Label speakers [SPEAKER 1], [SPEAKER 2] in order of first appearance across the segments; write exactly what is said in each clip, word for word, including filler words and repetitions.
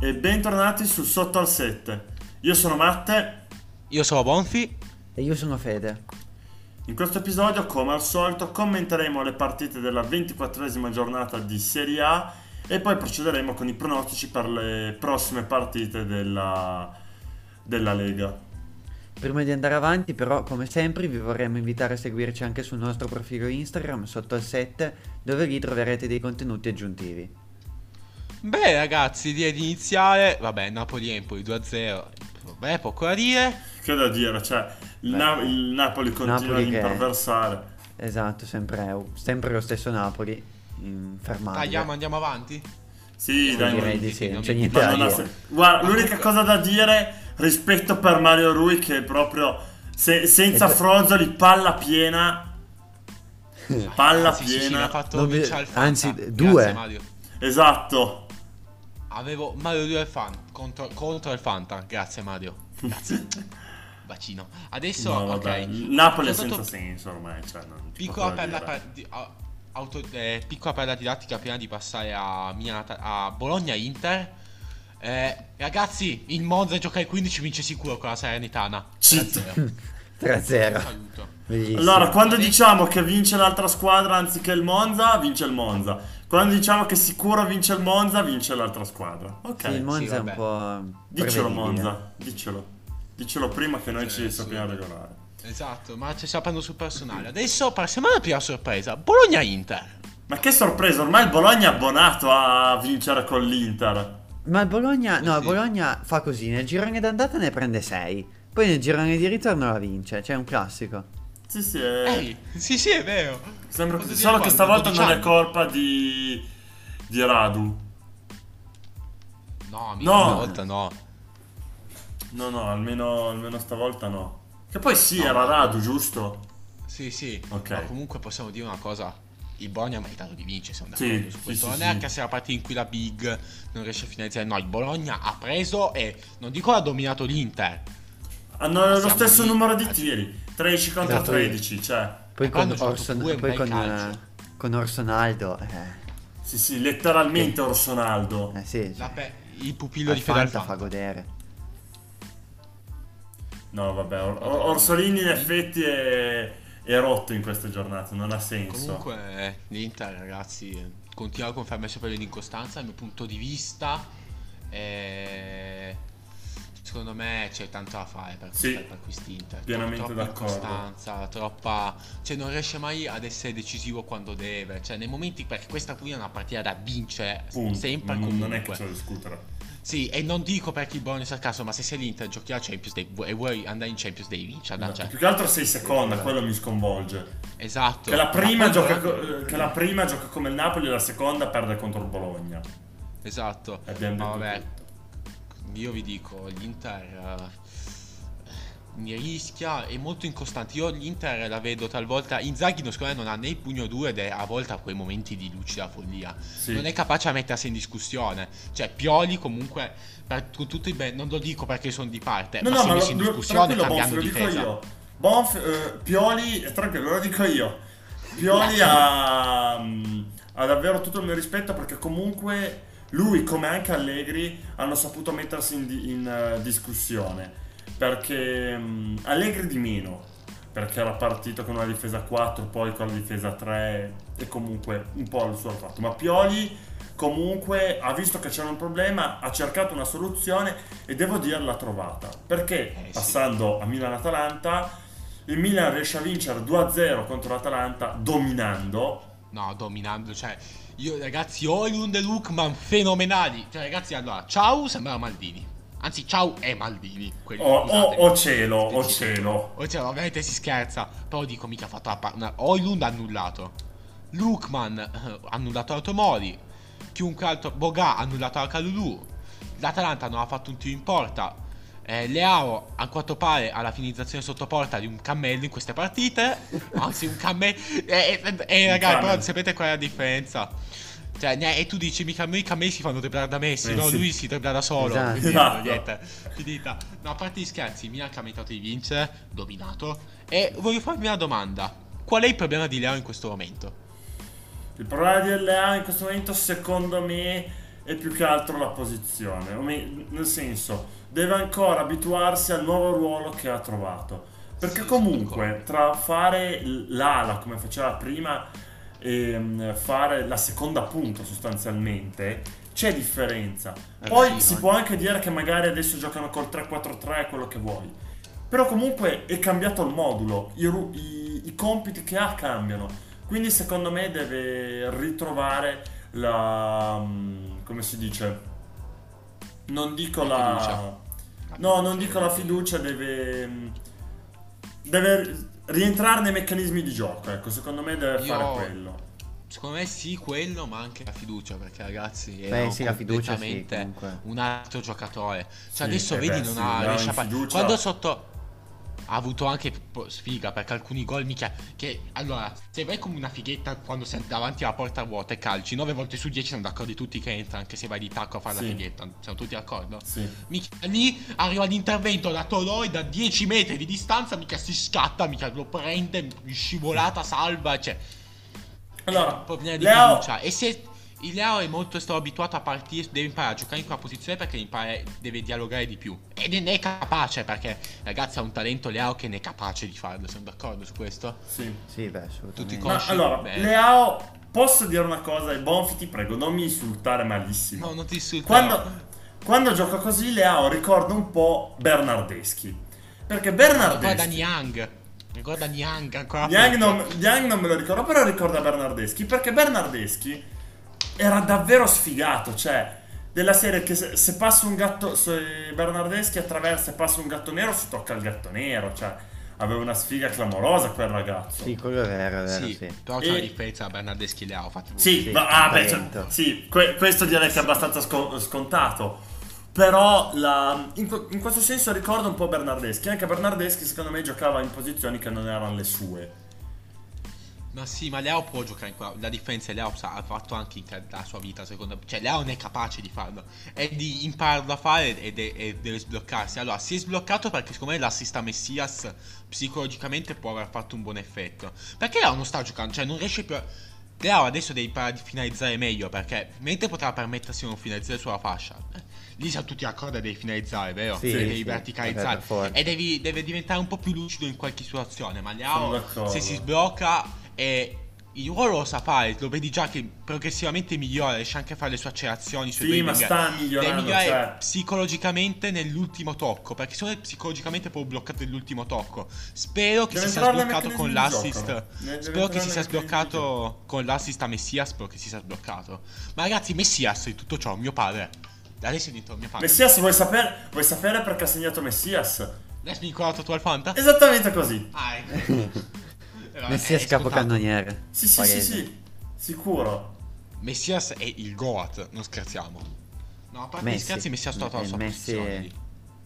[SPEAKER 1] e bentornati su Sotto al sette. Io sono Matte.
[SPEAKER 2] Io sono Bonfi.
[SPEAKER 3] E io sono Fede.
[SPEAKER 1] In questo episodio, come al solito, commenteremo le partite della ventiquattresima giornata di Serie A e poi procederemo con i pronostici per le prossime partite della, della Lega.
[SPEAKER 3] Prima di andare avanti, però, come sempre, vi vorremmo invitare a seguirci anche sul nostro profilo Instagram, Sotto al sette, dove lì troverete dei contenuti aggiuntivi.
[SPEAKER 2] Beh ragazzi, direi di iniziare. Vabbè, Napoli-Empoli due a zero. Vabbè, poco da dire.
[SPEAKER 1] Che da dire, cioè il,
[SPEAKER 3] Beh,
[SPEAKER 1] Na- il Napoli continua
[SPEAKER 3] Napoli
[SPEAKER 1] ad
[SPEAKER 3] che-
[SPEAKER 1] imperversare.
[SPEAKER 3] Esatto, sempre, sempre lo stesso Napoli, infermabile.
[SPEAKER 2] Tagliamo, andiamo avanti.
[SPEAKER 1] Sì,
[SPEAKER 3] Sì,
[SPEAKER 1] dai,
[SPEAKER 3] direi
[SPEAKER 1] non-
[SPEAKER 3] di sì, non c'è
[SPEAKER 2] non-
[SPEAKER 3] niente
[SPEAKER 1] ma
[SPEAKER 3] da
[SPEAKER 1] non ha
[SPEAKER 3] dire.
[SPEAKER 1] sen- Guarda,
[SPEAKER 2] Ma
[SPEAKER 1] l'unica
[SPEAKER 2] comunque-
[SPEAKER 1] cosa da dire rispetto per Mario Rui che è proprio se- senza
[SPEAKER 3] E poi-
[SPEAKER 1] fronzoli, palla piena, palla
[SPEAKER 2] Sì, sì, sì, mi
[SPEAKER 1] piena.
[SPEAKER 2] ha fatto
[SPEAKER 3] Non vi-
[SPEAKER 2] vincere il Fanta.
[SPEAKER 3] anzi,
[SPEAKER 2] Grazie,
[SPEAKER 3] due.
[SPEAKER 2] Mario.
[SPEAKER 1] Esatto.
[SPEAKER 2] Avevo Mario due al Fanta contro, contro il Fanta. Grazie Mario. Grazie. Bacino. Adesso,
[SPEAKER 1] No,
[SPEAKER 2] ok.
[SPEAKER 1] vabbè, il Napoli è
[SPEAKER 2] Ho dato
[SPEAKER 1] senza senso ormai, cioè, non ti
[SPEAKER 2] Piccola
[SPEAKER 1] posso
[SPEAKER 2] perla,
[SPEAKER 1] dire.
[SPEAKER 2] per- di- a- auto- eh, piccola perla didattica prima di passare a, Milan- a Bologna-Inter. Eh, ragazzi, il Monza gioca ai quindici, vince sicuro con la Salernitana.
[SPEAKER 1] Cheat.
[SPEAKER 3] tre a zero.
[SPEAKER 2] Saluto.
[SPEAKER 3] Bellissimo.
[SPEAKER 1] Allora, quando
[SPEAKER 2] Adesso-
[SPEAKER 1] diciamo che vince l'altra squadra anziché il Monza, vince il Monza. Quando diciamo che sicuro vince il Monza, vince l'altra squadra. Ok.
[SPEAKER 3] Sì, il Monza è un
[SPEAKER 2] vabbè.
[SPEAKER 3] po'
[SPEAKER 1] Diccelo
[SPEAKER 3] prevedibile.
[SPEAKER 1] Monza, diccelo. Diccelo prima che noi
[SPEAKER 2] Eh,
[SPEAKER 1] ci
[SPEAKER 2] sì.
[SPEAKER 1] sappiamo regolare.
[SPEAKER 2] Esatto, ma ci stiamo prendendo sul personale. Adesso passiamo alla prima sorpresa. Bologna-Inter.
[SPEAKER 1] Ma che sorpresa, ormai il Bologna è abbonato a vincere con l'Inter.
[SPEAKER 3] Ma il Bologna, no, il
[SPEAKER 2] Sì.
[SPEAKER 3] Bologna fa così, nel girone d'andata ne prende sei, poi nel girone di ritorno la vince, cioè è un classico.
[SPEAKER 1] Sì, sì, è...
[SPEAKER 2] Ehi, sì, sì, è vero.
[SPEAKER 1] sembra
[SPEAKER 2] Posso
[SPEAKER 1] così.
[SPEAKER 2] dire
[SPEAKER 1] Solo che
[SPEAKER 2] quando?
[SPEAKER 1] stavolta
[SPEAKER 2] dodici
[SPEAKER 1] non è
[SPEAKER 2] anni?
[SPEAKER 1] colpa di... di Radu.
[SPEAKER 2] No, mica
[SPEAKER 1] No.
[SPEAKER 2] stavolta no.
[SPEAKER 1] No, no, almeno, almeno stavolta no. Che poi sì,
[SPEAKER 2] No,
[SPEAKER 1] era
[SPEAKER 2] ma-
[SPEAKER 1] Radu, giusto?
[SPEAKER 2] Sì, sì.
[SPEAKER 1] Ok.
[SPEAKER 2] Ma comunque possiamo dire una cosa. Il Bologna ha meritato di vincere, siamo
[SPEAKER 1] Sì,
[SPEAKER 2] d'accordo su
[SPEAKER 1] sì,
[SPEAKER 2] questo.
[SPEAKER 1] sì,
[SPEAKER 2] non
[SPEAKER 1] sì.
[SPEAKER 2] è anche se la partita in cui la Big non riesce a finalizzare. No, il Bologna ha preso e non dico ha dominato l'Inter.
[SPEAKER 1] Hanno lo
[SPEAKER 2] Siamo
[SPEAKER 1] stesso
[SPEAKER 2] lì.
[SPEAKER 1] numero di tiri. tredici contro
[SPEAKER 3] Esatto.
[SPEAKER 1] tredici, cioè...
[SPEAKER 3] Poi
[SPEAKER 2] E
[SPEAKER 3] con,
[SPEAKER 2] quando ha giocato
[SPEAKER 3] Orson,
[SPEAKER 2] due, un
[SPEAKER 3] poi
[SPEAKER 2] bel
[SPEAKER 3] con,
[SPEAKER 2] calcio.
[SPEAKER 3] eh, con Orsonaldo, eh,
[SPEAKER 1] Sì, sì, letteralmente Orsonaldo.
[SPEAKER 3] eh sì,
[SPEAKER 2] La
[SPEAKER 3] cioè,
[SPEAKER 2] pe- il pupillo
[SPEAKER 3] al
[SPEAKER 2] di Fede
[SPEAKER 3] Fanta
[SPEAKER 2] Alfanta.
[SPEAKER 3] fa godere.
[SPEAKER 1] No, vabbè, Or- Or- Orsolini in effetti è... è rotto in queste giornate, non ha senso.
[SPEAKER 2] Comunque eh, l'Inter, ragazzi, continua a confermare sempre l'incostanza dal mio punto di vista. E secondo me c'è tanto da fare per,
[SPEAKER 1] Sì,
[SPEAKER 2] per questi Inter.
[SPEAKER 1] pienamente
[SPEAKER 2] troppa
[SPEAKER 1] d'accordo.
[SPEAKER 2] incostanza, troppa, cioè non riesce mai ad essere decisivo quando deve, cioè nei momenti, perché questa qui è una partita da vincere
[SPEAKER 1] Punto.
[SPEAKER 2] sempre,
[SPEAKER 1] non,
[SPEAKER 2] comunque.
[SPEAKER 1] non è che c'è da discutere.
[SPEAKER 2] Sì, e non dico perché il Bologna sia a caso, ma se sei l'Inter giochi la Champions League e vuoi andare in Champions League, vinci,
[SPEAKER 1] No,
[SPEAKER 2] cioè,
[SPEAKER 1] più che altro sei seconda, quello mi sconvolge.
[SPEAKER 2] esatto.
[SPEAKER 1] Che la,
[SPEAKER 2] Ma
[SPEAKER 1] prima
[SPEAKER 2] poi
[SPEAKER 1] gioca
[SPEAKER 2] però-
[SPEAKER 1] co- che la prima gioca come il Napoli e la seconda perde contro il Bologna.
[SPEAKER 2] Esatto.
[SPEAKER 1] Abbiamo
[SPEAKER 2] Ma
[SPEAKER 1] detto
[SPEAKER 2] vabbè,
[SPEAKER 1] tutto.
[SPEAKER 2] io vi dico, l'Inter eh, mi rischia, è molto incostante. Io l'Inter la vedo talvolta. Inzaghi, secondo me, non ha né il pugno duro ed è a volte a quei momenti di lucida follia.
[SPEAKER 1] Sì.
[SPEAKER 2] Non è capace a mettersi in discussione. Cioè, Pioli, comunque, per con tutto il bene, non lo dico perché sono di parte,
[SPEAKER 1] No,
[SPEAKER 2] ma
[SPEAKER 1] no,
[SPEAKER 2] si è
[SPEAKER 1] ma
[SPEAKER 2] messo
[SPEAKER 1] lo,
[SPEAKER 2] in
[SPEAKER 1] lo-
[SPEAKER 2] discussione
[SPEAKER 1] tranquillo, Bonf,
[SPEAKER 2] cambiando
[SPEAKER 1] lo dico
[SPEAKER 2] difesa.
[SPEAKER 1] io. Bonf, eh, Pioli, eh, tranquillo, lo dico io. Pioli ha, mm, ha davvero tutto il mio rispetto perché comunque lui, come anche Allegri, hanno saputo mettersi in, di- in, eh, discussione. Perché mm, Allegri di meno, perché era partito con una difesa quattro, poi con la difesa tre e comunque un po' il suo ha fatto. Ma Pioli comunque ha visto che c'era un problema, ha cercato una soluzione e devo dire l'ha trovata. Perché
[SPEAKER 2] Eh, sì.
[SPEAKER 1] passando a Milan-Atalanta, il Milan riesce a vincere due a zero contro l'Atalanta dominando.
[SPEAKER 2] No, dominando, cioè, io ragazzi, Højlund e Lookman fenomenali. Cioè, ragazzi, allora, ciao, sembrava Maldini. Anzi, ciao è Maldini. quelli,
[SPEAKER 1] Oh, oh,
[SPEAKER 2] scusatemi.
[SPEAKER 1] oh cielo, oh
[SPEAKER 2] Sì, sì.
[SPEAKER 1] cielo.
[SPEAKER 2] O cioè, ovviamente si scherza. Però dico, mica ha fatto la pa- una... Højlund ha annullato. Lookman eh, ha annullato l'Automori. Chiunque altro. Boga ha annullato la Calulu. L'Atalanta non ha fatto un tiro in porta. Eh, Leao, a quanto pare, ha la finalizzazione sotto porta di un cammello in queste partite. Anzi, un cammello. E eh, eh, eh, ragazzi, però
[SPEAKER 1] cammello.
[SPEAKER 2] sapete qual è la differenza? Cioè, ne- e tu dici, mica i cammelli si fanno dribbare da Messi,
[SPEAKER 1] Eh,
[SPEAKER 2] no?
[SPEAKER 1] sì.
[SPEAKER 2] Lui si dribbla da solo.
[SPEAKER 3] Esatto.
[SPEAKER 2] Quindi,
[SPEAKER 1] Esatto.
[SPEAKER 2] niente, finita. No, a parte gli scherzi, Milan che ha meritato di vincere, dominato. E voglio farvi una domanda: qual è il problema di Leao in questo momento?
[SPEAKER 1] Il problema di L A in questo momento, secondo me, è più che altro la posizione, o me- nel senso, deve ancora abituarsi al nuovo ruolo che ha trovato. Perché
[SPEAKER 2] Sì,
[SPEAKER 1] comunque tra fare l'ala come faceva prima e mm, fare la seconda punta sostanzialmente c'è differenza.
[SPEAKER 3] Eh,
[SPEAKER 1] Poi
[SPEAKER 3] sì,
[SPEAKER 1] si
[SPEAKER 3] no?
[SPEAKER 1] può anche dire che magari adesso giocano col tre quattro tre, quello che vuoi. Però comunque è cambiato il modulo, i, ru- i- i compiti che ha cambiano. Quindi secondo me deve ritrovare la... mm, come si dice? Non dico
[SPEAKER 2] La
[SPEAKER 1] la...
[SPEAKER 2] fiducia.
[SPEAKER 1] No, non dico la fiducia, deve... mm, deve rientrare nei meccanismi di gioco, ecco, secondo me deve
[SPEAKER 2] Io-
[SPEAKER 1] fare quello.
[SPEAKER 2] Secondo me sì, quello, ma anche la fiducia, perché ragazzi
[SPEAKER 3] Beh,
[SPEAKER 2] era
[SPEAKER 3] sì, la fiducia, sì,
[SPEAKER 2] completamente
[SPEAKER 3] comunque.
[SPEAKER 2] un altro giocatore. Cioè
[SPEAKER 1] Sì,
[SPEAKER 2] adesso
[SPEAKER 1] eh
[SPEAKER 2] vedi
[SPEAKER 1] beh,
[SPEAKER 2] non
[SPEAKER 1] sì,
[SPEAKER 2] ha
[SPEAKER 1] era
[SPEAKER 2] riesce
[SPEAKER 1] in
[SPEAKER 2] a fare-
[SPEAKER 1] fiducia.
[SPEAKER 2] Quando sotto ha avuto anche po- sfiga, perché alcuni gol mica che allora, se vai come una fighetta quando sei davanti alla porta vuota e calci, nove volte su dieci sono d'accordo tutti che entra, anche se vai di tacco a fare
[SPEAKER 1] Sì.
[SPEAKER 2] la fighetta. Siamo tutti d'accordo?
[SPEAKER 1] Sì.
[SPEAKER 2] Mica lì arriva l'intervento da Toloi da dieci metri di distanza, mica si scatta, mica lo prende, scivolata, salva, cioè
[SPEAKER 1] Allora,
[SPEAKER 2] problema di
[SPEAKER 1] Leao,
[SPEAKER 2] fiducia. E se il Leao è molto stato abituato a partire, deve imparare a giocare in quella posizione perché impara- deve dialogare di più. Ed ne è capace, perché ragazzi ha un talento Leao che ne è capace di farlo, siamo d'accordo su questo?
[SPEAKER 1] sì.
[SPEAKER 3] Sì, beh, assolutamente.
[SPEAKER 2] Tutti
[SPEAKER 1] Ma
[SPEAKER 2] Consci-
[SPEAKER 1] allora,
[SPEAKER 2] beh.
[SPEAKER 1] Leao, posso dire una cosa? E Bonfi, ti prego, non mi insultare malissimo.
[SPEAKER 2] No, non ti insulto.
[SPEAKER 1] Quando, quando gioca così, Leao ricorda un po' Bernardeschi. Perché
[SPEAKER 2] Ricorda
[SPEAKER 1] Bernardeschi...
[SPEAKER 2] Niang. Ricorda Niang ancora.
[SPEAKER 1] Yang
[SPEAKER 2] peggio.
[SPEAKER 1] non, Yang non me lo ricordo, però ricorda Bernardeschi. Perché Bernardeschi era davvero sfigato. Cioè, della serie che se, se passa un gatto... Se Bernardeschi attraversa e passa un gatto nero, si tocca il gatto nero. Cioè, aveva una sfiga clamorosa quel ragazzo.
[SPEAKER 3] Sì, quello è vero, è vero,
[SPEAKER 2] Sì,
[SPEAKER 3] sì.
[SPEAKER 2] però c'è
[SPEAKER 1] E-
[SPEAKER 2] una differenza tra Bernardeschi e Leao, fate voi.
[SPEAKER 1] Sì,
[SPEAKER 3] Sì,
[SPEAKER 1] ma, ah, beh,
[SPEAKER 3] talento.
[SPEAKER 1] cioè, sì, que- questo direi che è abbastanza sco- scontato. Però la- in, que- in questo senso ricorda un po' Bernardeschi. Anche Bernardeschi secondo me giocava in posizioni che non erano le sue.
[SPEAKER 2] Ma sì, ma Leao può giocare in qua. La differenza è Leao sa- ha fatto anche in ca- la sua vita, secondo me. Cioè, Leao non è capace di farlo. È di impararlo a fare e, de- e deve sbloccarsi. Allora, si è sbloccato perché secondo me l'assist a Messias psicologicamente può aver fatto un buon effetto. Perché Leao non sta giocando? Cioè, non riesce più a... Leao adesso deve imparare a finalizzare meglio, perché mentre poteva permettersi di non finalizzare sulla fascia, eh, lì siamo tutti d'accordo, devi finalizzare, vero?
[SPEAKER 3] Sì,
[SPEAKER 2] devi
[SPEAKER 3] sì,
[SPEAKER 2] verticalizzare
[SPEAKER 3] vabbè, per forza.
[SPEAKER 2] e devi, deve diventare un po' più lucido in qualche situazione. Ma
[SPEAKER 1] Sono
[SPEAKER 2] Leao,
[SPEAKER 1] d'accordo.
[SPEAKER 2] se si sblocca e il ruolo lo sa fare, lo vedi già che progressivamente migliora, riesce anche a fare le sue accelerazioni, i suoi
[SPEAKER 1] Sì, ma
[SPEAKER 2] dribbling.
[SPEAKER 1] sta
[SPEAKER 2] Deve
[SPEAKER 1] migliorando.
[SPEAKER 2] migliorare
[SPEAKER 1] Cioè,
[SPEAKER 2] psicologicamente nell'ultimo tocco, perché se no è psicologicamente proprio bloccato nell'ultimo tocco. Spero che
[SPEAKER 1] Deve
[SPEAKER 2] si sia
[SPEAKER 1] entrare nei
[SPEAKER 2] sbloccato con
[SPEAKER 1] meccanismi di
[SPEAKER 2] l'assist.
[SPEAKER 1] gioco. Deve
[SPEAKER 2] Spero che
[SPEAKER 1] entrare
[SPEAKER 2] si
[SPEAKER 1] nei
[SPEAKER 2] sia
[SPEAKER 1] meccanismi di
[SPEAKER 2] sbloccato con l'assist a Messias. Spero che si sia sbloccato. Ma ragazzi, Messias di tutto ciò, mio padre. Adesso è diventato mio padre.
[SPEAKER 1] Messias, vuoi sapere, vuoi sapere perché ha segnato Messias?
[SPEAKER 2] Adesso mi ricordo tu al Fanta?
[SPEAKER 1] Esattamente così.
[SPEAKER 2] Ah, ecco. Eh, vabbè,
[SPEAKER 3] Messi a
[SPEAKER 2] è scontato.
[SPEAKER 3] capocannoniere.
[SPEAKER 1] Sì, sì, sì,
[SPEAKER 3] Palese.
[SPEAKER 1] sì. Sicuro.
[SPEAKER 2] Messias è il Goat, non scherziamo. No, a parte gli
[SPEAKER 3] Messi.
[SPEAKER 2] scherzi, Messias ha trovato la
[SPEAKER 3] Eh,
[SPEAKER 2] sua
[SPEAKER 3] Messi
[SPEAKER 2] posizione
[SPEAKER 3] è-
[SPEAKER 2] lì.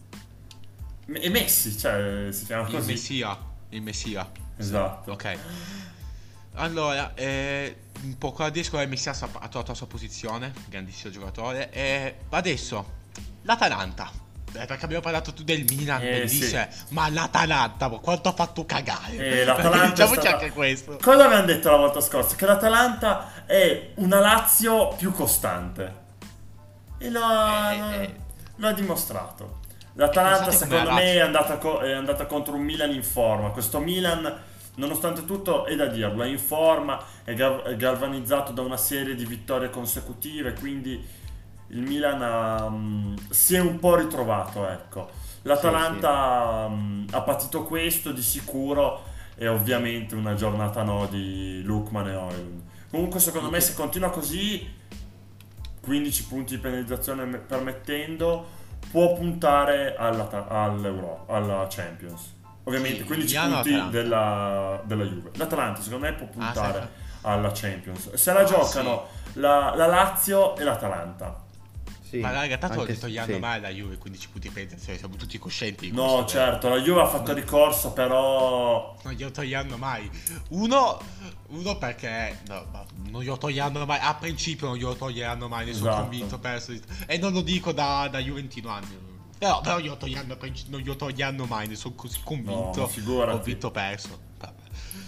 [SPEAKER 1] E Messi, cioè, si chiama
[SPEAKER 2] Il
[SPEAKER 1] così.
[SPEAKER 2] Messia. Il Messia.
[SPEAKER 1] Esatto.
[SPEAKER 2] Ok. Allora, eh, un po' qua adesso il Messias ha, ha trovato la sua posizione, grandissimo giocatore. E adesso, l'Atalanta. Eh, perché abbiamo parlato tu del Milan,
[SPEAKER 1] Eh,
[SPEAKER 2] bellissimo, ma l'Atalanta, boh, quanto ha fatto cagare.
[SPEAKER 1] Eh, l'Atalanta è
[SPEAKER 2] Diciamoci
[SPEAKER 1] stata-
[SPEAKER 2] anche questo.
[SPEAKER 1] Cosa abbiamo detto la volta scorsa? Che l'Atalanta è una Lazio più costante. E lo ha,
[SPEAKER 2] Eh, eh.
[SPEAKER 1] lo ha dimostrato. L'Atalanta
[SPEAKER 2] Pensate
[SPEAKER 1] secondo
[SPEAKER 2] com'è la
[SPEAKER 1] me è
[SPEAKER 2] Lazio.
[SPEAKER 1] andata, co- è andata contro un Milan in forma. Questo Milan, nonostante tutto, è da dirlo, è in forma, è, ga- è galvanizzato da una serie di vittorie consecutive, quindi il Milan ha, mm, si è un po' ritrovato, ecco. L'Atalanta mm, ha patito questo di sicuro e ovviamente una giornata no di Lookman e Højlund. Comunque secondo me se continua così, quindici punti di penalizzazione me- permettendo, può puntare alla, ta- all'Euro, alla Champions. Ovviamente
[SPEAKER 2] Sì,
[SPEAKER 1] quindici
[SPEAKER 2] Milano
[SPEAKER 1] punti
[SPEAKER 2] Atalanta.
[SPEAKER 1] della, della Juve. L'Atalanta secondo me può puntare
[SPEAKER 2] sì.
[SPEAKER 1] alla Champions. Se la
[SPEAKER 2] Ah,
[SPEAKER 1] giocano la, la Lazio e l'Atalanta.
[SPEAKER 3] Sì,
[SPEAKER 2] Ma raga, tanto
[SPEAKER 3] anche
[SPEAKER 2] li
[SPEAKER 3] se-
[SPEAKER 2] togliamo
[SPEAKER 3] sì.
[SPEAKER 2] mai la Juve quindici punti di penitenzione, siamo tutti coscienti di
[SPEAKER 1] No,
[SPEAKER 2] questo, vero?
[SPEAKER 1] certo, la Juve ha fatto ricorso, però
[SPEAKER 2] Non glielo togliamo mai. Uno, uno perché no, ma non glielo toglieranno mai. A principio non glielo toglieranno mai. Ne sono
[SPEAKER 1] Esatto.
[SPEAKER 2] convinto. Perso. E non lo dico da, da Juventino anni. Però, però glielo toglieranno, a princi- non glielo toglieranno mai. Ne sono così convinto.
[SPEAKER 1] No, ma figurati.
[SPEAKER 2] Ho vinto perso. Vabbè.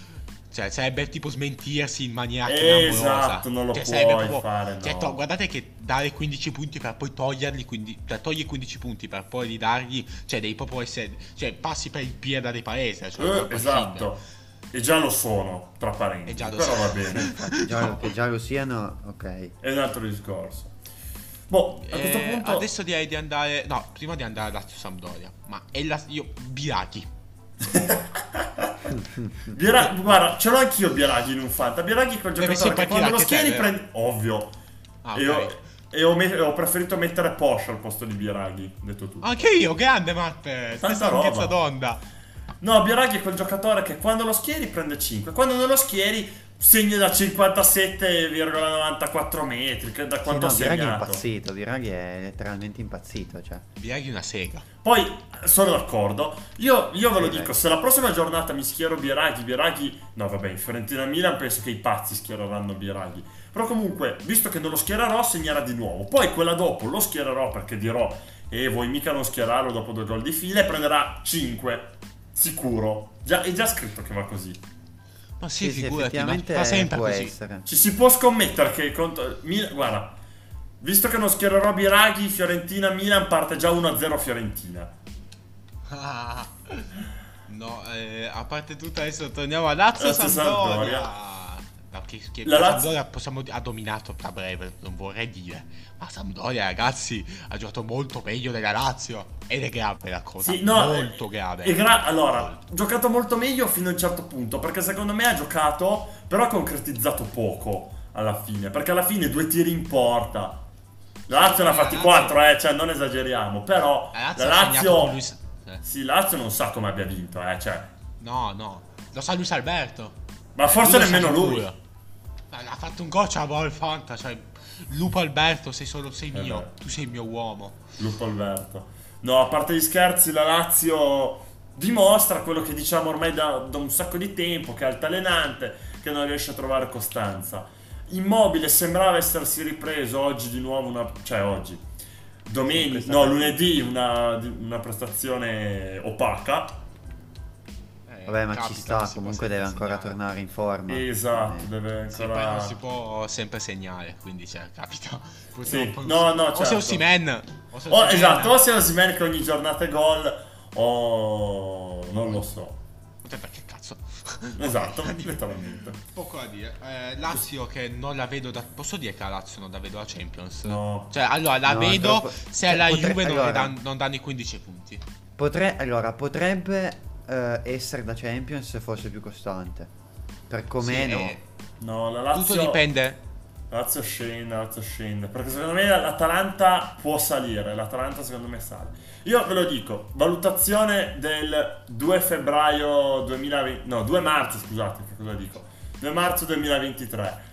[SPEAKER 2] Cioè, sarebbe tipo smentirsi in maniera
[SPEAKER 1] Esatto,
[SPEAKER 2] clamorosa.
[SPEAKER 1] non lo
[SPEAKER 2] cioè,
[SPEAKER 1] puoi
[SPEAKER 2] sarebbe proprio,
[SPEAKER 1] fare,
[SPEAKER 2] cioè,
[SPEAKER 1] no.
[SPEAKER 2] to- guardate che dare quindici punti per poi toglierli, quindi, cioè, togli quindici punti per poi ridargli, cioè, devi proprio essere, cioè, passi per il piede dei palese, cioè,
[SPEAKER 1] Eh,
[SPEAKER 2] proprio
[SPEAKER 1] esatto. E già lo sono, tra parentesi.
[SPEAKER 2] E già lo
[SPEAKER 1] Però
[SPEAKER 2] sono.
[SPEAKER 1] va bene.
[SPEAKER 3] Già, che già lo siano, ok.
[SPEAKER 1] È un altro discorso. Boh, a questo
[SPEAKER 2] Eh,
[SPEAKER 1] punto...
[SPEAKER 2] Adesso direi di andare, no, prima di andare a Lazio Sampdoria, ma è la, io, Biraghi.
[SPEAKER 1] Bira- guarda, ce l'ho anch'io Biraghi in un fanta. Biraghi è quel
[SPEAKER 2] Deve
[SPEAKER 1] giocatore che quando lo
[SPEAKER 2] simpatizzare
[SPEAKER 1] schieri
[SPEAKER 2] anche te,
[SPEAKER 1] prende... Ovvio.
[SPEAKER 2] Ah,
[SPEAKER 1] E,
[SPEAKER 2] ok.
[SPEAKER 1] ho, e ho, me- ho preferito mettere Porsche al posto di Biraghi, detto tutto.
[SPEAKER 2] Anche io, grande Matte, stessa
[SPEAKER 1] roba.
[SPEAKER 2] lunghezza d'onda.
[SPEAKER 1] No, Biraghi è quel giocatore che quando lo schieri prende cinque, quando non lo schieri segna da cinquantasette virgola novantaquattro metri, che da
[SPEAKER 3] Sì,
[SPEAKER 1] quanto
[SPEAKER 3] no,
[SPEAKER 1] ha
[SPEAKER 3] Biraghi è
[SPEAKER 1] segnato.
[SPEAKER 3] impazzito, Biraghi è letteralmente impazzito, cioè.
[SPEAKER 2] Biraghi è una sega.
[SPEAKER 1] Poi, sono d'accordo, io, io ve lo
[SPEAKER 3] Sì,
[SPEAKER 1] dico,
[SPEAKER 3] beh.
[SPEAKER 1] se la prossima giornata mi schiero Biraghi, Biraghi... No, vabbè, in Fiorentina-Milan penso che i pazzi schiereranno Biraghi. Però comunque, visto che non lo schiererò, segnerà di nuovo. Poi quella dopo lo schiererò perché dirò, e vuoi mica non schierarlo dopo due gol di fila, e prenderà cinque. Sicuro. Già, è già scritto che va così.
[SPEAKER 2] Ma sì,
[SPEAKER 3] Sì, sì,
[SPEAKER 2] figurati, ma
[SPEAKER 3] effettivamente
[SPEAKER 2] fa sempre
[SPEAKER 3] può
[SPEAKER 2] così.
[SPEAKER 3] essere.
[SPEAKER 1] Ci si può scommettere che contro... Mil- Guarda, visto che non schiererò Biraghi, Fiorentina-Milan parte già uno a zero Fiorentina.
[SPEAKER 2] Ah, no, eh, a parte tutto adesso torniamo a Lazio
[SPEAKER 1] Lazio
[SPEAKER 2] Sampdoria.
[SPEAKER 1] Sampdoria.
[SPEAKER 2] No, che, che
[SPEAKER 1] La
[SPEAKER 2] la
[SPEAKER 1] Lazio-
[SPEAKER 2] Sampdoria possiamo ha dominato a breve, non vorrei dire. Ma Sampdoria, ragazzi, ha giocato molto meglio della Lazio. Ed è grave la cosa.
[SPEAKER 1] Sì, no,
[SPEAKER 2] molto
[SPEAKER 1] è-
[SPEAKER 2] grave.
[SPEAKER 1] è gra- allora, ha giocato molto meglio fino a un certo punto, perché secondo me ha giocato, però ha concretizzato poco alla fine, perché alla fine due tiri in porta. La Lazio ne ha
[SPEAKER 2] La
[SPEAKER 1] fatti
[SPEAKER 2] Lazio-
[SPEAKER 1] quattro, eh, cioè non esageriamo, però
[SPEAKER 2] La Lazio
[SPEAKER 1] la
[SPEAKER 2] ha segnato
[SPEAKER 1] Lazio...
[SPEAKER 2] con Luis- eh.
[SPEAKER 1] Sì, la Lazio non sa come abbia vinto, eh, cioè...
[SPEAKER 2] No, no, lo sa Luis Alberto.
[SPEAKER 1] Ma forse
[SPEAKER 2] Lui lo sa
[SPEAKER 1] nemmeno lui.
[SPEAKER 2] sicuro. Ha fatto un goccia a Ball Fanta, cioè Lupo Alberto, sei solo sei
[SPEAKER 1] Eh
[SPEAKER 2] mio,
[SPEAKER 1] beh.
[SPEAKER 2] tu sei il mio uomo.
[SPEAKER 1] Lupo Alberto. No, a parte gli scherzi, la Lazio dimostra quello che diciamo ormai da, da un sacco di tempo, che è altalenante, che non riesce a trovare costanza. Immobile sembrava essersi ripreso oggi di nuovo una... cioè oggi. Domenica, no, lunedì una, una prestazione opaca.
[SPEAKER 2] Eh,
[SPEAKER 3] Vabbè, ma
[SPEAKER 2] capita
[SPEAKER 3] ci
[SPEAKER 2] che
[SPEAKER 3] sta,
[SPEAKER 2] si
[SPEAKER 3] comunque
[SPEAKER 2] possa
[SPEAKER 3] deve ancora
[SPEAKER 2] segnare.
[SPEAKER 3] tornare in forma.
[SPEAKER 1] Esatto,
[SPEAKER 3] Eh,
[SPEAKER 1] deve
[SPEAKER 2] Sì, poi
[SPEAKER 1] ancora...
[SPEAKER 2] non si può sempre segnare, quindi cioè, capita.
[SPEAKER 1] Sì,
[SPEAKER 2] Purtroppo-
[SPEAKER 1] no, no,
[SPEAKER 2] O
[SPEAKER 1] certo.
[SPEAKER 2] se Osimhen, o se
[SPEAKER 1] Oh,
[SPEAKER 2] Osimhen.
[SPEAKER 1] esatto, o se Osimhen che ogni giornata è gol, o... non lo so.
[SPEAKER 2] Cioè, perché cazzo?
[SPEAKER 1] Esatto, letteralmente.
[SPEAKER 2] Poco da dire. Eh, Lazio che non la vedo da... Posso dire che la Lazio non la vedo a Champions?
[SPEAKER 1] No.
[SPEAKER 2] Cioè, allora, la
[SPEAKER 3] No,
[SPEAKER 2] vedo
[SPEAKER 3] troppo-
[SPEAKER 2] se
[SPEAKER 3] cioè,
[SPEAKER 2] alla
[SPEAKER 3] potre-
[SPEAKER 2] Juve non,
[SPEAKER 3] allora-
[SPEAKER 2] le dan- non danno i quindici punti.
[SPEAKER 3] Potre- allora, potrebbe eh, essere da Champions se fosse più costante. Per com'è,
[SPEAKER 2] Sì,
[SPEAKER 3] no.
[SPEAKER 2] eh,
[SPEAKER 1] No, la Lazio...
[SPEAKER 2] Tutto dipende.
[SPEAKER 1] Lazio scende, Lazio scende. Perché secondo me l'Atalanta può salire. L'Atalanta secondo me sale. Io ve lo dico, valutazione del due febbraio duemilaventi... No, due marzo, scusate, che cosa dico? due marzo duemilaventitré.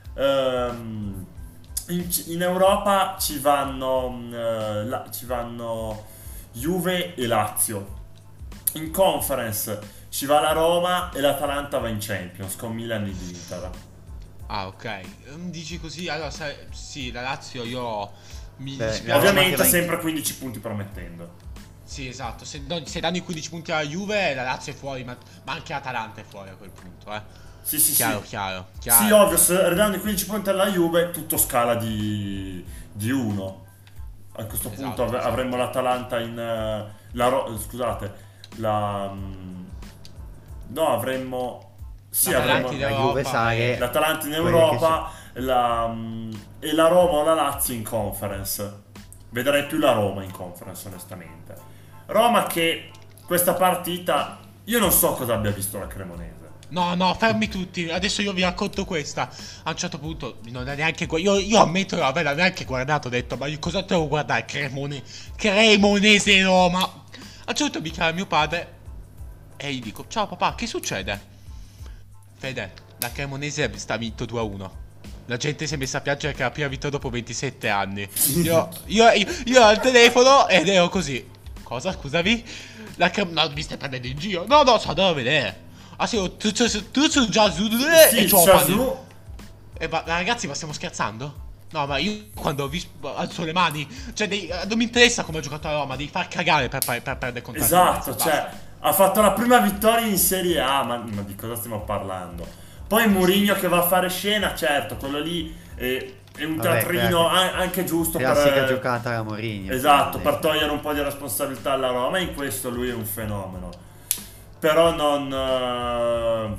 [SPEAKER 1] Ehm, in, in Europa ci vanno, eh, la- ci vanno Juve e Lazio. In Conference ci va la Roma e l'Atalanta va in Champions con Milan ed Inter.
[SPEAKER 2] Ah, ok. Ehm, Dici così, allora, sai, sì, la Lazio io... Mi
[SPEAKER 3] Beh,
[SPEAKER 2] dispiace.
[SPEAKER 3] la Roma
[SPEAKER 1] Ovviamente
[SPEAKER 3] che va in-
[SPEAKER 1] sempre quindici punti promettendo.
[SPEAKER 2] Sì, esatto. Se, no, se danno i quindici punti alla Juve, la Lazio è fuori, ma, ma anche l'Atalanta è fuori a quel punto, eh.
[SPEAKER 1] Sì, sì,
[SPEAKER 2] Chiaro,
[SPEAKER 1] sì.
[SPEAKER 2] chiaro, chiaro.
[SPEAKER 1] Sì, ovvio, se ridanno i quindici punti alla Juve, tutto scala di, di uno. A questo
[SPEAKER 2] Esatto,
[SPEAKER 1] punto av-
[SPEAKER 2] esatto.
[SPEAKER 1] avremmo l'Atalanta in... eh, la Ro- scusate, la... mm, no, avremmo... Sì,
[SPEAKER 2] L'Atalanta
[SPEAKER 1] avremmo
[SPEAKER 2] in
[SPEAKER 3] La Juve
[SPEAKER 2] Europa,
[SPEAKER 3] sale.
[SPEAKER 2] eh.
[SPEAKER 1] l'Atalanta in
[SPEAKER 3] quelli
[SPEAKER 1] Europa la, mm, e la Roma o la Lazio in Conference. Vedrei più la Roma in Conference, onestamente. Roma che questa partita... Io non so cosa abbia visto la Cremonese.
[SPEAKER 2] No, no, fermi tutti. Adesso io vi racconto questa. A un certo punto non ha neanche gu- io, io ammetto di non averla neanche guardato. Ho detto, ma io cosa devo guardare? Cremone... Cremonese Roma. A un certo punto mi chiama mio padre e gli dico, ciao papà, che succede? Fede, la Cremonese sta vinto due a uno. La gente si è messa a piangere che ha prima vinto dopo ventisette anni. Io, io, io, io al telefono ed ero così. Cosa, scusami? La Crem... No, mi stai prendendo in giro? No, no, sto andando a vedere. Ah sì, tu, tu, tu, tu, tu già su
[SPEAKER 1] Sì,
[SPEAKER 2] e ciò
[SPEAKER 1] Sassu-
[SPEAKER 2] E ma ragazzi, ma stiamo scherzando? No, ma io quando ho visto alzo le mani, cioè dei- non mi interessa come ha giocato a Roma, devi far cagare per, per, per perdere contro la
[SPEAKER 1] Esatto,
[SPEAKER 2] Cremonese,
[SPEAKER 1] cioè
[SPEAKER 2] basta.
[SPEAKER 1] Ha fatto la prima vittoria in Serie A, ma, ma di cosa stiamo parlando? Poi Mourinho che va a fare scena, certo, quello lì è, è un
[SPEAKER 3] Vabbè,
[SPEAKER 1] teatrino
[SPEAKER 3] classica-
[SPEAKER 1] an- anche giusto
[SPEAKER 3] Classica
[SPEAKER 1] per...
[SPEAKER 3] giocata alla Mourinho.
[SPEAKER 1] Esatto, per
[SPEAKER 3] Eh,
[SPEAKER 1] togliere un po' di responsabilità alla Roma, e in questo lui è un fenomeno. Però non... eh,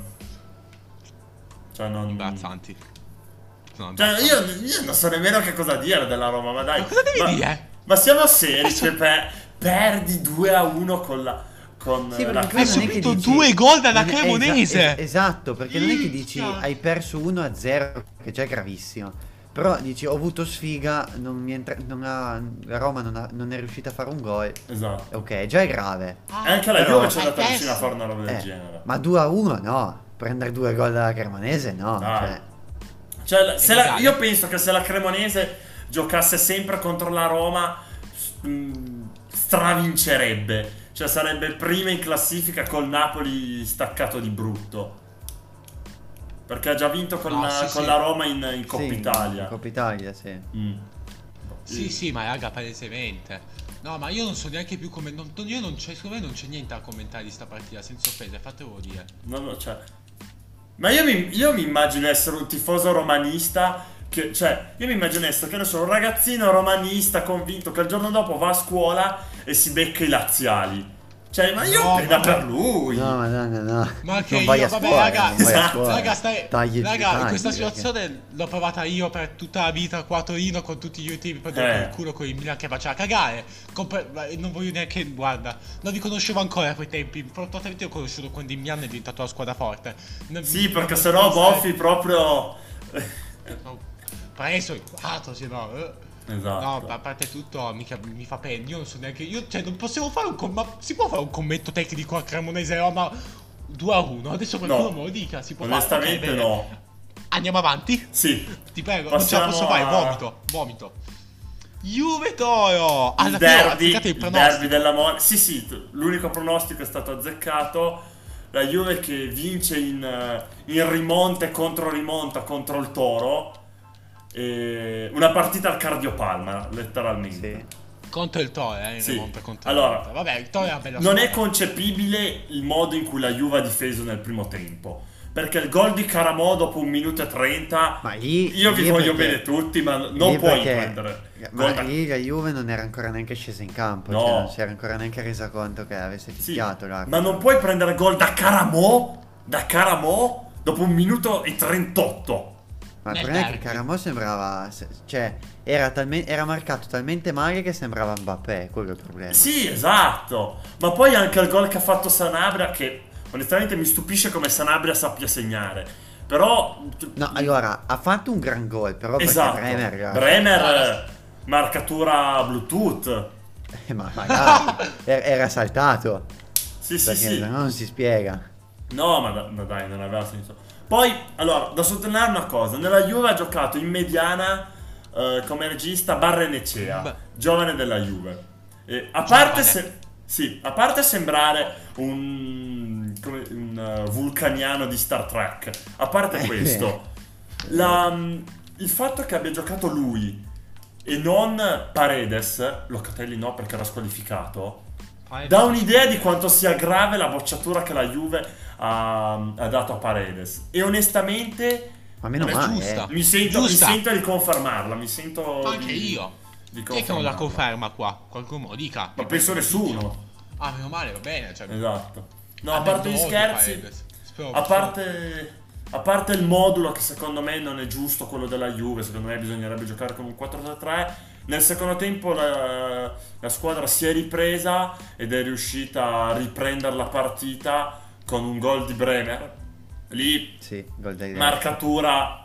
[SPEAKER 1] Cioè non...
[SPEAKER 2] Imbarazzanti. No,
[SPEAKER 1] Cioè,
[SPEAKER 2] imbarazzanti.
[SPEAKER 1] io, io non so nemmeno che cosa dire della Roma, ma dai.
[SPEAKER 2] Ma cosa devi
[SPEAKER 1] ma,
[SPEAKER 2] dire?
[SPEAKER 1] Ma siamo seri, cioè, pe- perdi due a uno con la... Con
[SPEAKER 3] Sì,
[SPEAKER 1] eh,
[SPEAKER 3] perché
[SPEAKER 1] la
[SPEAKER 3] poi
[SPEAKER 2] Hai
[SPEAKER 3] non è che
[SPEAKER 2] subito
[SPEAKER 3] dici-
[SPEAKER 2] due gol dalla
[SPEAKER 3] non è-
[SPEAKER 2] Cremonese.
[SPEAKER 3] esa- es- esatto, perché non è che dici
[SPEAKER 2] Minchia.
[SPEAKER 3] hai perso uno a zero, che già è gravissimo. Però dici ho avuto sfiga, non mi entra- non ha- la Roma non, ha- non è riuscita a fare un gol.
[SPEAKER 1] Esatto.
[SPEAKER 3] Ok, già è grave.
[SPEAKER 1] E anche la
[SPEAKER 3] però-
[SPEAKER 1] Juve ci è
[SPEAKER 2] hai
[SPEAKER 1] andata vicino a
[SPEAKER 2] perso.
[SPEAKER 1] fare una roba del
[SPEAKER 3] Eh,
[SPEAKER 1] genere.
[SPEAKER 3] ma due a uno no, prendere due gol dalla Cremonese no.
[SPEAKER 1] Dai.
[SPEAKER 3] Cioè,
[SPEAKER 1] Cioè, la- se la-
[SPEAKER 2] legale.
[SPEAKER 1] io penso che se la Cremonese giocasse sempre contro la Roma, s- mh, stravincerebbe. Cioè, sarebbe prima in classifica col Napoli staccato di brutto. Perché ha già vinto con,
[SPEAKER 2] No,
[SPEAKER 1] la,
[SPEAKER 2] sì,
[SPEAKER 1] con
[SPEAKER 2] sì.
[SPEAKER 1] la Roma in, in Coppa
[SPEAKER 3] sì,
[SPEAKER 1] Italia.
[SPEAKER 3] in Coppa Italia, sì.
[SPEAKER 1] Mm.
[SPEAKER 2] Sì, sì, ma raga, palesemente. No, ma io non so neanche più come. Non, io non c'è, secondo me non c'è niente da commentare di sta partita, senza offese, fatelo dire.
[SPEAKER 1] No, no, cioè. Ma io mi, io mi immagino essere un tifoso romanista. Che, cioè, io mi immagino essere, che ne so, un ragazzino romanista convinto che il giorno dopo va a scuola e si becca i laziali. Cioè, ma io
[SPEAKER 2] No,
[SPEAKER 1] pena
[SPEAKER 2] ma-
[SPEAKER 1] per lui.
[SPEAKER 3] No, madonna, no.
[SPEAKER 2] Ma che
[SPEAKER 3] non vai
[SPEAKER 2] io,
[SPEAKER 3] a
[SPEAKER 2] vabbè,
[SPEAKER 3] scuola,
[SPEAKER 2] raga,
[SPEAKER 3] non vai a
[SPEAKER 1] esatto.
[SPEAKER 3] scuola.
[SPEAKER 2] Raga, stai,
[SPEAKER 3] Tagli i
[SPEAKER 2] raga, in
[SPEAKER 3] tagli,
[SPEAKER 2] questa
[SPEAKER 3] perché-
[SPEAKER 2] situazione l'ho provata io per tutta la vita qua a Torino con tutti gli ultimi per
[SPEAKER 1] Eh.
[SPEAKER 2] il culo con il Milan che faceva cagare. Compa- ma non voglio neanche, guarda, non vi conoscevo ancora a quei tempi. Probabilmente ho conosciuto quando il Milan è diventato la squadra forte. Non-
[SPEAKER 1] Sì, perché
[SPEAKER 2] non-
[SPEAKER 1] sennò
[SPEAKER 2] non sai-
[SPEAKER 1] Boffi proprio.
[SPEAKER 2] ho preso il quattro, se no. eh.
[SPEAKER 1] Esatto.
[SPEAKER 2] No, a parte tutto mica mi fa pena. Io non so neanche. Io, cioè, non possiamo fare un commento. Ma si può fare un commento tecnico a Cremonese Roma due a uno? Adesso qualcuno
[SPEAKER 1] No.
[SPEAKER 2] me lo dica. Si può
[SPEAKER 1] Onestamente
[SPEAKER 2] fare. Ok, bene.
[SPEAKER 1] no.
[SPEAKER 2] Andiamo avanti.
[SPEAKER 1] Sì.
[SPEAKER 2] Ti prego,
[SPEAKER 1] Passiamo
[SPEAKER 2] non ce la posso fare.
[SPEAKER 1] a-
[SPEAKER 2] Vomito. Vomito. Juve Toro.
[SPEAKER 1] Il
[SPEAKER 2] Alla fine ho
[SPEAKER 1] derby,
[SPEAKER 2] azzeccato il
[SPEAKER 1] il
[SPEAKER 2] pronostico.
[SPEAKER 1] derby della morte. Sì, sì, t- l'unico pronostico è stato azzeccato. La Juve che vince in, eh, in rimonte contro rimonta contro il Toro. E una partita al cardiopalma, letteralmente.
[SPEAKER 3] Sì.
[SPEAKER 2] Contro il Toro, eh. in
[SPEAKER 1] Sì.
[SPEAKER 2] remonta contro
[SPEAKER 1] Allora,
[SPEAKER 2] il Toro. Vabbè, il Toro è una bella
[SPEAKER 1] Non è
[SPEAKER 2] squadra.
[SPEAKER 1] concepibile il modo in cui la Juve ha difeso nel primo tempo. Perché il gol di Caramò dopo un minuto e trenta.
[SPEAKER 3] Ma lì-
[SPEAKER 1] io vi
[SPEAKER 3] lì
[SPEAKER 1] voglio
[SPEAKER 3] perché-
[SPEAKER 1] bene tutti, ma non
[SPEAKER 3] Lì
[SPEAKER 1] puoi
[SPEAKER 3] perché-
[SPEAKER 1] prendere.
[SPEAKER 3] Ma
[SPEAKER 1] gol da-
[SPEAKER 3] lì la Juve non era ancora neanche scesa in campo,
[SPEAKER 1] No.
[SPEAKER 3] cioè non si era ancora neanche resa conto che avesse
[SPEAKER 1] Sì,
[SPEAKER 3] fischiato là.
[SPEAKER 1] ma non puoi prendere gol da Caramò. Da Caramò dopo un minuto e trentotto.
[SPEAKER 3] Ma il
[SPEAKER 2] Nel
[SPEAKER 3] problema è che
[SPEAKER 2] derby.
[SPEAKER 3] Caramò sembrava, se- cioè era, talme- era marcato talmente male che sembrava Mbappé, quello è il problema.
[SPEAKER 1] Sì, esatto. Ma poi anche il gol che ha fatto Sanabria, che onestamente mi stupisce come Sanabria sappia segnare. Però...
[SPEAKER 3] No, allora, ha fatto un gran gol, però
[SPEAKER 1] esatto.
[SPEAKER 3] perché Bremer...
[SPEAKER 1] Bremer,
[SPEAKER 2] Guarda.
[SPEAKER 1] eh, marcatura Bluetooth.
[SPEAKER 3] eh, ma magari era, era saltato,
[SPEAKER 1] Sì, sì,
[SPEAKER 3] perché
[SPEAKER 1] sì.
[SPEAKER 3] se no non si spiega.
[SPEAKER 1] No, ma, da- ma dai, non aveva senso. Poi, allora, da sottolineare una cosa. Nella Juve ha giocato in mediana eh, come regista Barrenechea,
[SPEAKER 2] Beh.
[SPEAKER 1] giovane della Juve. E, a, parte
[SPEAKER 2] Giovane.
[SPEAKER 1] se- sì, a parte sembrare un, come- un eh, vulcaniano di Star Trek, a parte
[SPEAKER 3] Eh,
[SPEAKER 1] questo, la- il fatto che abbia giocato lui e non Paredes, Locatelli no perché era squalificato, dà un'idea di quanto sia grave la bocciatura che la Juve ha, ha dato a Paredes. E onestamente
[SPEAKER 3] Ma meno
[SPEAKER 1] non è
[SPEAKER 3] male,
[SPEAKER 2] giusta.
[SPEAKER 3] eh.
[SPEAKER 1] mi sento, mi
[SPEAKER 2] Giusta.
[SPEAKER 1] sento di confermarla. Mi sento
[SPEAKER 2] Anche
[SPEAKER 1] di-
[SPEAKER 2] io.
[SPEAKER 1] di
[SPEAKER 2] Chi è che non la
[SPEAKER 1] confermarla.
[SPEAKER 2] conferma qua? Qualcuno me lo dica.
[SPEAKER 1] Ma penso nessuno.
[SPEAKER 2] Ah, meno male, va bene. Cioè,
[SPEAKER 1] Esatto. No,
[SPEAKER 2] ha
[SPEAKER 1] a parte gli
[SPEAKER 2] ben
[SPEAKER 1] scherzi,
[SPEAKER 2] Paredes. Spero-
[SPEAKER 1] a parte, a parte il modulo che secondo me non è giusto, quello della Juve, secondo me bisognerebbe giocare con un quattro tre tre. Nel secondo tempo la, la squadra si è ripresa ed è riuscita a riprendere la partita con un gol di Bremer. Lì
[SPEAKER 3] Sì, gol dai
[SPEAKER 1] marcatura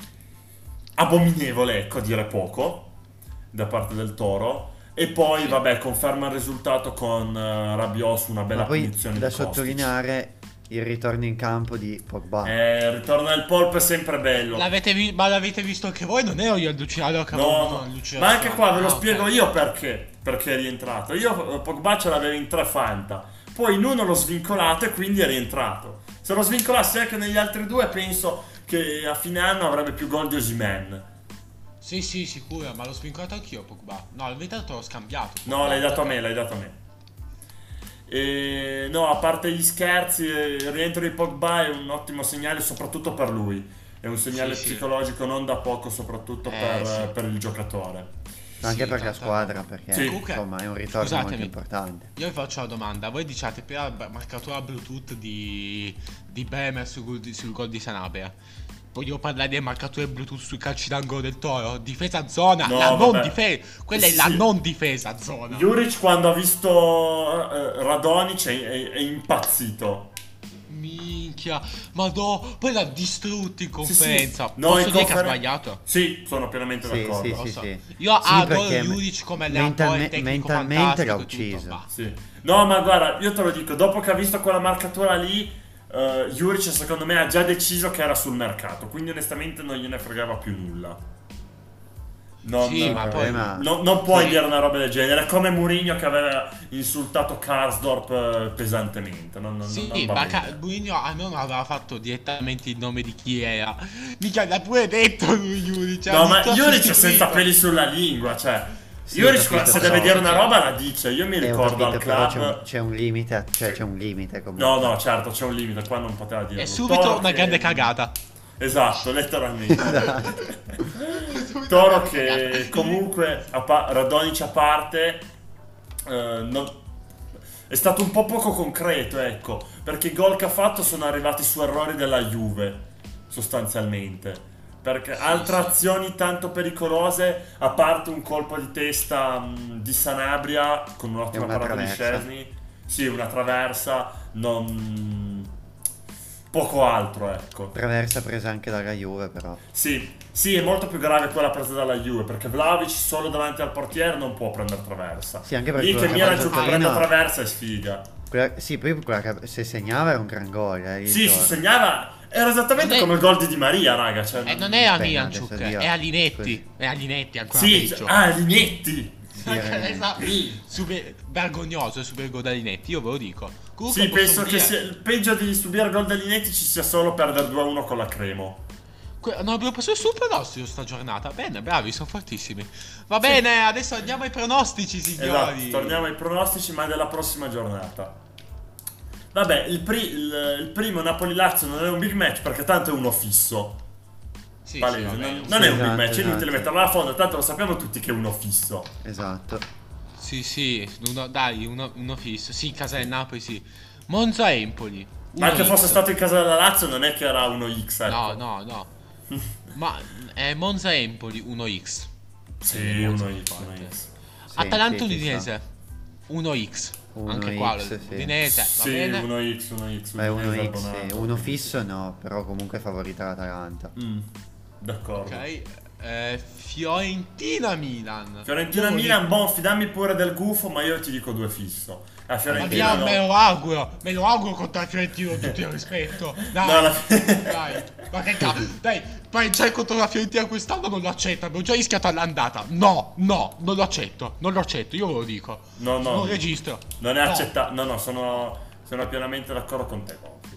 [SPEAKER 1] abominevole, ecco, a dire poco, da parte del Toro. E poi, vabbè, conferma il risultato con eh, Rabiot su una bella
[SPEAKER 3] Ma poi
[SPEAKER 1] punizione
[SPEAKER 3] da
[SPEAKER 1] di Kostic.
[SPEAKER 3] sottolineare il ritorno in campo di Pogba.
[SPEAKER 1] Eh, il ritorno del polpo è sempre bello.
[SPEAKER 2] L'avete vi- ma l'avete visto anche voi? Non ero io allucinato che avevo
[SPEAKER 1] No,
[SPEAKER 2] avuto
[SPEAKER 1] no.
[SPEAKER 2] un'allucinazione.
[SPEAKER 1] Ma anche qua ve lo
[SPEAKER 2] Ah,
[SPEAKER 1] spiego
[SPEAKER 2] ok.
[SPEAKER 1] io perché. Perché è rientrato. Io eh, Pogba ce l'avevo in tre Fanta. Poi in uno l'ho svincolato e quindi è rientrato. Se lo svincolassi anche negli altri due, penso che a fine anno avrebbe più gol di Osimhen.
[SPEAKER 2] Sì, sì, sicuro, ma l'ho svincolato anch'io Pogba. No, in verità te l'ho scambiato.
[SPEAKER 1] No, l'hai dato a me, l'hai dato a me. E no, a parte gli scherzi, il rientro di Pogba è un ottimo segnale soprattutto per lui. È un segnale
[SPEAKER 2] Sì, sì.
[SPEAKER 1] psicologico non da poco, soprattutto
[SPEAKER 2] Eh,
[SPEAKER 1] per,
[SPEAKER 2] sì.
[SPEAKER 1] per il giocatore.
[SPEAKER 3] Anche
[SPEAKER 2] Sì,
[SPEAKER 3] per la
[SPEAKER 2] tanto-
[SPEAKER 3] squadra, perché
[SPEAKER 1] Sì.
[SPEAKER 2] Comunque,
[SPEAKER 3] insomma è un ritorno
[SPEAKER 2] scusatemi,
[SPEAKER 3] molto importante.
[SPEAKER 2] Io vi faccio una domanda. Voi diciate per la marcatura Bluetooth di, di Bremer sul, gol di- sul gol di Sanabria. Voglio parlare di marcature Bluetooth sui calci d'angolo del Toro. Difesa zona,
[SPEAKER 1] No,
[SPEAKER 2] la non
[SPEAKER 1] vabbè.
[SPEAKER 2] difesa. Quella
[SPEAKER 1] Sì,
[SPEAKER 2] è la
[SPEAKER 1] sì.
[SPEAKER 2] non difesa zona.
[SPEAKER 1] Juric quando ha visto eh, Radonic è, è- è impazzito.
[SPEAKER 2] Minchia, ma no, poi l'ha distrutto in
[SPEAKER 1] Sì, sì.
[SPEAKER 2] conferenza.
[SPEAKER 1] No,
[SPEAKER 2] Posso
[SPEAKER 1] in
[SPEAKER 2] dire che ha
[SPEAKER 1] conferen-
[SPEAKER 2] sbagliato?
[SPEAKER 1] Sì, sono pienamente
[SPEAKER 3] Sì,
[SPEAKER 1] d'accordo.
[SPEAKER 3] sì,
[SPEAKER 2] Lo
[SPEAKER 3] sì,
[SPEAKER 2] so.
[SPEAKER 3] sì.
[SPEAKER 2] Io
[SPEAKER 3] Sì,
[SPEAKER 2] adoro
[SPEAKER 3] perché
[SPEAKER 2] Juric come
[SPEAKER 3] mentalme-
[SPEAKER 2] allenatore, tecnico
[SPEAKER 3] mentalmente l'ha
[SPEAKER 2] fantastico e tutto,
[SPEAKER 3] ucciso.
[SPEAKER 2] ma-
[SPEAKER 1] Sì. No, ma guarda, io te lo dico, dopo che ha visto quella marcatura lì, eh, Juric secondo me ha già deciso che era sul mercato, quindi onestamente non gliene fregava più nulla. Non,
[SPEAKER 2] Sì, ma
[SPEAKER 3] Il
[SPEAKER 2] poi-
[SPEAKER 3] problema-
[SPEAKER 1] non, non puoi
[SPEAKER 2] Sì.
[SPEAKER 1] dire una roba del genere, è come Mourinho che aveva insultato Karsdorp eh, pesantemente. Non, non,
[SPEAKER 2] Sì,
[SPEAKER 1] non va
[SPEAKER 2] ma
[SPEAKER 1] bene.
[SPEAKER 2] Ca- Mourinho a me non aveva fatto direttamente il nome di chi era. Mica l'ha pure detto lui Juric.
[SPEAKER 1] No,
[SPEAKER 2] ha
[SPEAKER 1] ma
[SPEAKER 2] detto
[SPEAKER 1] Juric è
[SPEAKER 2] subito.
[SPEAKER 1] senza peli sulla lingua, cioè.
[SPEAKER 3] Sì,
[SPEAKER 1] Juric
[SPEAKER 3] ho capito,
[SPEAKER 1] se
[SPEAKER 3] però-
[SPEAKER 1] deve dire una
[SPEAKER 2] cioè-
[SPEAKER 1] roba la dice. Io mi
[SPEAKER 3] Eh, ho
[SPEAKER 1] ricordo al
[SPEAKER 3] capito, però c'è
[SPEAKER 1] club.
[SPEAKER 3] un, c'è un limite, cioè c'è un limite comunque.
[SPEAKER 1] No, no, certo, c'è un limite, qua non poteva dirlo.
[SPEAKER 2] È subito
[SPEAKER 1] Toro
[SPEAKER 2] una
[SPEAKER 1] che-
[SPEAKER 2] grande cagata.
[SPEAKER 1] Esatto, letteralmente. Toro che comunque, a pa- Radonic a parte, eh, non- è stato un po' poco concreto, ecco, perché i gol che ha fatto sono arrivati su errori della Juve, sostanzialmente. Perché altre azioni tanto pericolose, a parte un colpo di testa mh, di Sanabria con un'ottima
[SPEAKER 3] E una
[SPEAKER 1] parata di
[SPEAKER 3] traversa.
[SPEAKER 1] Szczesny, sì, una traversa, non... poco altro, ecco.
[SPEAKER 3] Traversa presa anche dalla Juve, però.
[SPEAKER 1] Sì, sì, è molto più grave quella presa dalla Juve, perché Vlahovic solo davanti al portiere non può prendere traversa.
[SPEAKER 3] Sì, anche perché
[SPEAKER 1] Lì che
[SPEAKER 3] quella
[SPEAKER 1] mira
[SPEAKER 3] che ha
[SPEAKER 1] giù
[SPEAKER 3] fatto
[SPEAKER 1] che prende
[SPEAKER 3] prima-
[SPEAKER 1] traversa è sfiga.
[SPEAKER 3] Quella- sì, poi quella che se segnava era un gran gol. Eh, il
[SPEAKER 1] Sì, si
[SPEAKER 3] Toro.
[SPEAKER 1] segnava, era esattamente
[SPEAKER 2] Non è-
[SPEAKER 1] come il gol di Di Maria, raga. Cioè,
[SPEAKER 2] E non è a
[SPEAKER 3] Beh,
[SPEAKER 2] Mianchuk,
[SPEAKER 3] adesso Dio.
[SPEAKER 2] è a Linetti.
[SPEAKER 3] Così.
[SPEAKER 2] È a Linetti ancora
[SPEAKER 1] Sì,
[SPEAKER 2] peggio.
[SPEAKER 1] cioè- ah, Lignetti.
[SPEAKER 3] Sì, era-
[SPEAKER 2] Esatto. Super vergognoso il super gol da Linetti, io ve lo dico. Comunque
[SPEAKER 1] Sì,
[SPEAKER 2] possiamo
[SPEAKER 1] penso che
[SPEAKER 2] dire-
[SPEAKER 1] sia, il peggio di subire gol da Lignetti ci sia solo perdere due a uno con la Cremo.
[SPEAKER 2] Que- non abbiamo preso il super pronostico sta giornata. Bene, bravi, sono fortissimi. Va bene, adesso andiamo ai pronostici, signori.
[SPEAKER 1] Esatto, torniamo ai pronostici, ma della prossima giornata. Vabbè, il, pri- il- il primo Napoli-Lazio non è un big match perché tanto è uno fisso.
[SPEAKER 2] Sì,
[SPEAKER 1] Palese,
[SPEAKER 2] sì, va
[SPEAKER 1] non,
[SPEAKER 2] bene.
[SPEAKER 1] non è un big
[SPEAKER 3] Esatto,
[SPEAKER 1] match, è inutile
[SPEAKER 3] esatto.
[SPEAKER 1] metterlo alla fonda, tanto lo sappiamo tutti che è uno fisso.
[SPEAKER 3] Esatto.
[SPEAKER 2] Sì, sì, uno- dai, uno, uno fisso. Sì, casa del Napoli, sì. Monza-Empoli.
[SPEAKER 1] Ma anche
[SPEAKER 2] uno
[SPEAKER 1] fosse
[SPEAKER 2] X.
[SPEAKER 1] stato in casa della Lazio non è che era uno X, ecco.
[SPEAKER 2] No, no, no. Ma è Monza-Empoli uno X.
[SPEAKER 1] Sì,
[SPEAKER 2] Monza
[SPEAKER 1] uno
[SPEAKER 2] più
[SPEAKER 1] X, uno
[SPEAKER 2] forte.
[SPEAKER 1] X.
[SPEAKER 3] Sì,
[SPEAKER 2] Atalanta-Udinese uno X.
[SPEAKER 3] Uno
[SPEAKER 2] Anche qua
[SPEAKER 3] X, sì.
[SPEAKER 2] l'Udinese, va
[SPEAKER 1] Sì,
[SPEAKER 2] bene.
[SPEAKER 1] uno X, uno X.
[SPEAKER 3] Beh, uno
[SPEAKER 1] Udinese
[SPEAKER 3] X, sì.
[SPEAKER 1] abbonato.
[SPEAKER 3] Uno fisso no, però comunque favorita l'Atalanta.
[SPEAKER 1] Mm, d'accordo.
[SPEAKER 2] Ok. Eh, Fiorentina-Milan.
[SPEAKER 1] Fiorentina-Milan, boh, fidammi pure del gufo, ma io ti dico due fisso. La
[SPEAKER 2] Ma
[SPEAKER 1] Fiorentina
[SPEAKER 2] via,
[SPEAKER 1] no.
[SPEAKER 2] me lo auguro, me lo auguro contro la Fiorentina con tutto il rispetto. Dai,
[SPEAKER 1] No, la-
[SPEAKER 2] dai, ma che cazzo, dai, poi già contro la Fiorentina quest'anno non lo accetto, abbiamo già rischiato all'andata. No, no, non lo accetto, non lo accetto, io ve lo dico.
[SPEAKER 1] No, no.
[SPEAKER 2] Non registro.
[SPEAKER 1] Non è
[SPEAKER 2] No.
[SPEAKER 1] accettabile. No, no, sono, sono pienamente d'accordo con te, Confi.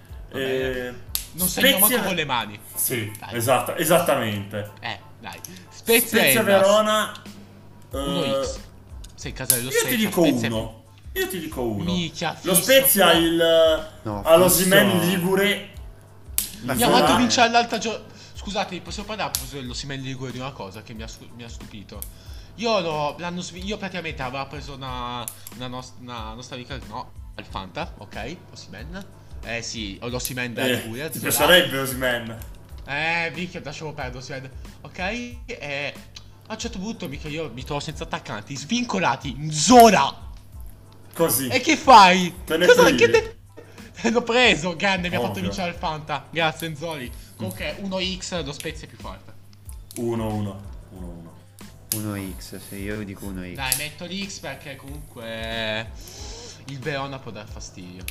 [SPEAKER 1] Eh,
[SPEAKER 2] Non segno
[SPEAKER 1] Spezia-
[SPEAKER 2] manco con le mani.
[SPEAKER 1] Sì,
[SPEAKER 2] Dai.
[SPEAKER 1] esatto, esattamente.
[SPEAKER 2] Eh, dai. Spezia,
[SPEAKER 1] Spezia
[SPEAKER 2] Hellas,
[SPEAKER 1] Verona. eh,
[SPEAKER 2] uno X. Sei in casa dello
[SPEAKER 1] io ti
[SPEAKER 2] Spezia,
[SPEAKER 1] dico
[SPEAKER 2] Spezia-
[SPEAKER 1] uno. Io ti dico uno.
[SPEAKER 2] Minchia,
[SPEAKER 1] Lo
[SPEAKER 2] fisso,
[SPEAKER 1] Spezia ha
[SPEAKER 2] no.
[SPEAKER 1] il
[SPEAKER 3] No,
[SPEAKER 1] all'Osimen
[SPEAKER 3] fisso.
[SPEAKER 1] Ligure.
[SPEAKER 3] Ma
[SPEAKER 2] Mi ha
[SPEAKER 3] sì,
[SPEAKER 2] fatto
[SPEAKER 3] ma-
[SPEAKER 2] vincere l'altra giornata. Scusate, possiamo parlare a proposito dello Simen Ligure di una cosa che mi ha, stu- mi ha stupito. Io l'ho, l'hanno svi- io praticamente avevo preso una, una, nost- una nostra amica, no, al Fanta, ok, Osimen. Eh sì, ho l'Osimen da
[SPEAKER 1] Eh,
[SPEAKER 2] Liguria.
[SPEAKER 1] ti
[SPEAKER 2] zero.
[SPEAKER 1] piacerebbe Osimen?
[SPEAKER 2] Eh, mica, lasciamo perdere Osimen. Ok, e a un certo punto mica io mi trovo senza attaccanti, svincolati in zona.
[SPEAKER 1] Così.
[SPEAKER 2] E che fai?
[SPEAKER 1] Te ne
[SPEAKER 2] Cosa
[SPEAKER 1] privi.
[SPEAKER 2] che ne- L'ho preso, grande, mi ha fatto
[SPEAKER 1] Ovvio.
[SPEAKER 2] vincere il Fanta. Grazie Enzoli. Comunque uno X, lo Spezia è più forte.
[SPEAKER 1] uno uno. uno uno.
[SPEAKER 3] Uno X, sì, io dico uno X.
[SPEAKER 2] Dai, metto l'X perché comunque il Verona può dar fastidio.